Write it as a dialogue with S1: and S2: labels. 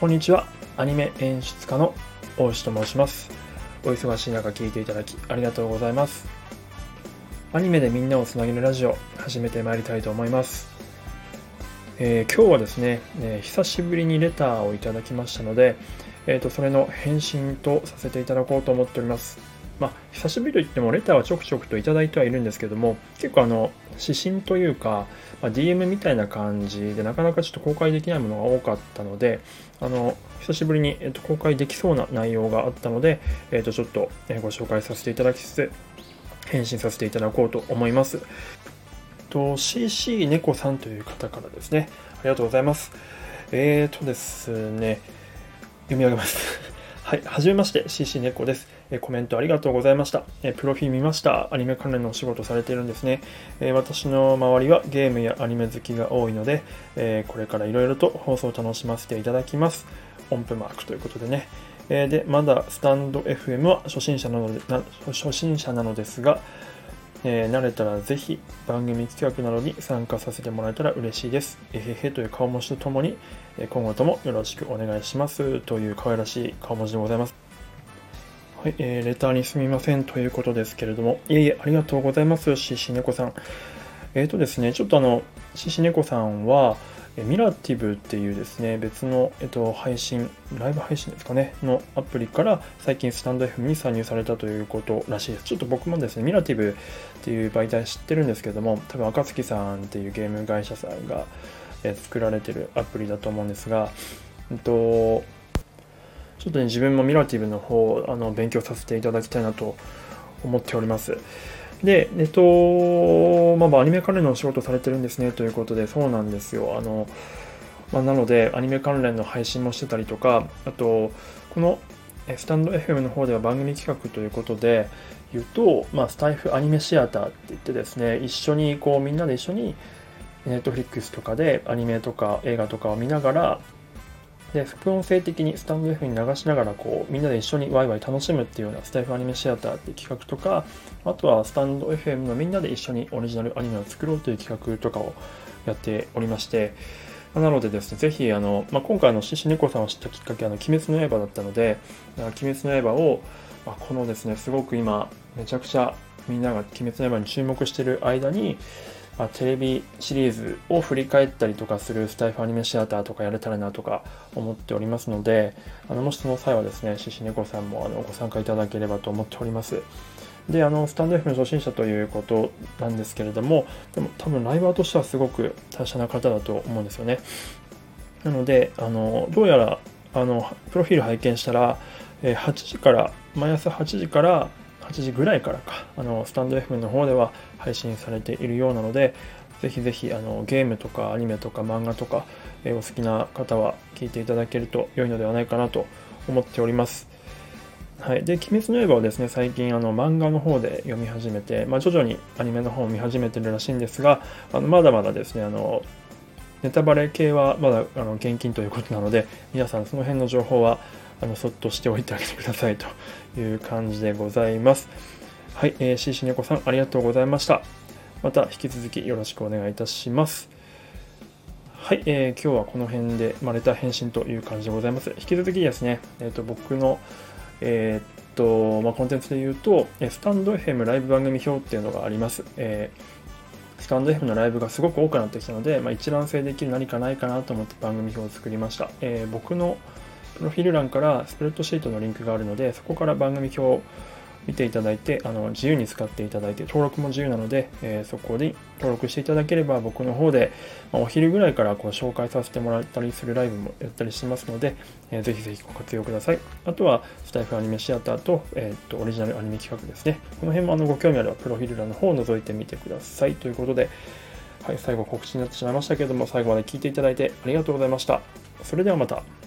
S1: こんにちは。アニメ演出家の大石と申します。お忙しい中聞いていただきありがとうございます。アニメでみんなをつなげるラジオ始めてまいりたいと思います。今日はですね、久しぶりにレターをいただきましたので、それの返信とさせていただこうと思っております。久しぶりといってもレターはちょくちょくといただいてはいるんですけども、結構指針というか、DM みたいな感じでなかなかちょっと公開できないものが多かったので、久しぶりに、公開できそうな内容があったので、ちょっと、ご紹介させていただきつつ、返信させていただこうと思います。CC 猫さんという方からですね、ありがとうございます。ですね、読み上げます。はい、はじめまして、CC 猫です。コメントありがとうございました。プロフィール見ました。アニメ関連のお仕事されているんですね。私の周りはゲームやアニメ好きが多いので、これからいろいろと放送を楽しませていただきます。音符マークということでね。で、まだスタンド FM は初心者なのですが、慣れたらぜひ番組企画などに参加させてもらえたら嬉しいです。という顔文字とともに、今後ともよろしくお願いしますという可愛らしい顔文字でございます。はい、レターにすみませんということですけれども、ありがとうございます、シシネコさん。ですね、ちょっとシシネコさんは、ミラティブっていうですね、別の、ライブ配信ですかね、のアプリから最近スタンド FM に参入されたということらしいです。ちょっと僕もですね、ミラティブっていう媒体知ってるんですけども、多分赤月さんっていうゲーム会社さんが、作られてるアプリだと思うんですが、ちょっとね、自分もミラティブの方勉強させていただきたいなと思っております。で、アニメ関連のお仕事されてるんですねということで、そうなんですよ。なので、アニメ関連の配信もしてたりとか、あと、このスタンド FM の方では番組企画ということで言うと、スタイフアニメシアターって言ってですね、みんなで一緒にNetflix とかでアニメとか映画とかを見ながら、で副音声的にスタンド F に流しながらみんなで一緒にワイワイ楽しむっていうようなスタイフアニメシアターっていう企画とか、あとはスタンド FM のみんなで一緒にオリジナルアニメを作ろうという企画とかをやっておりまして、なのでですね、ぜひ今回シシネコさんを知ったきっかけは鬼滅の刃だったので、鬼滅の刃をこのですね、すごく今めちゃくちゃみんなが鬼滅の刃に注目している間にテレビシリーズを振り返ったりとかするスタイフアニメシアターとかやれたらなとか思っておりますので、もしその際はですね、シシネコさんもご参加いただければと思っております。で、スタンド F の初心者ということなんですけれども、でも多分ライバーとしてはすごく達者な方だと思うんですよね。なので、どうやらプロフィール拝見したら、毎朝8時から8時ぐらいからか、スタンド FM の方では配信されているようなので、ぜひぜひゲームとかアニメとか漫画とか、お好きな方は聞いていただけると良いのではないかなと思っております。はい、で、鬼滅の刃をですね、最近漫画の方で読み始めて、徐々にアニメの方を見始めてるらしいんですが、まだまだですね、ネタバレ系はまだ厳禁ということなので、皆さんその辺の情報はそっとしておいてあげてくださいという感じでございます。はい、CC 猫さんありがとうございました。また引き続きよろしくお願いいたします。はい、今日はこの辺で、レター返信という感じでございます。引き続きですね、僕のコンテンツで言うと、スタンド FM ライブ番組表っていうのがあります。スタンド FM のライブがすごく多くなってきたので、一覧性できる何かないかなと思って番組表を作りました。僕のプロフィール欄からスプレッドシートのリンクがあるので、そこから番組表を見ていただいて、自由に使っていただいて、登録も自由なので、そこで登録していただければ、僕の方で、お昼ぐらいから紹介させてもらったりするライブもやったりしますので、ぜひぜひご活用ください。あとは、スタイフアニメシアターと、オリジナルアニメ企画ですね。この辺もご興味あれば、プロフィール欄の方を覗いてみてください。ということで、はい、最後告知になってしまいましたけれども、最後まで聞いていただいてありがとうございました。それではまた。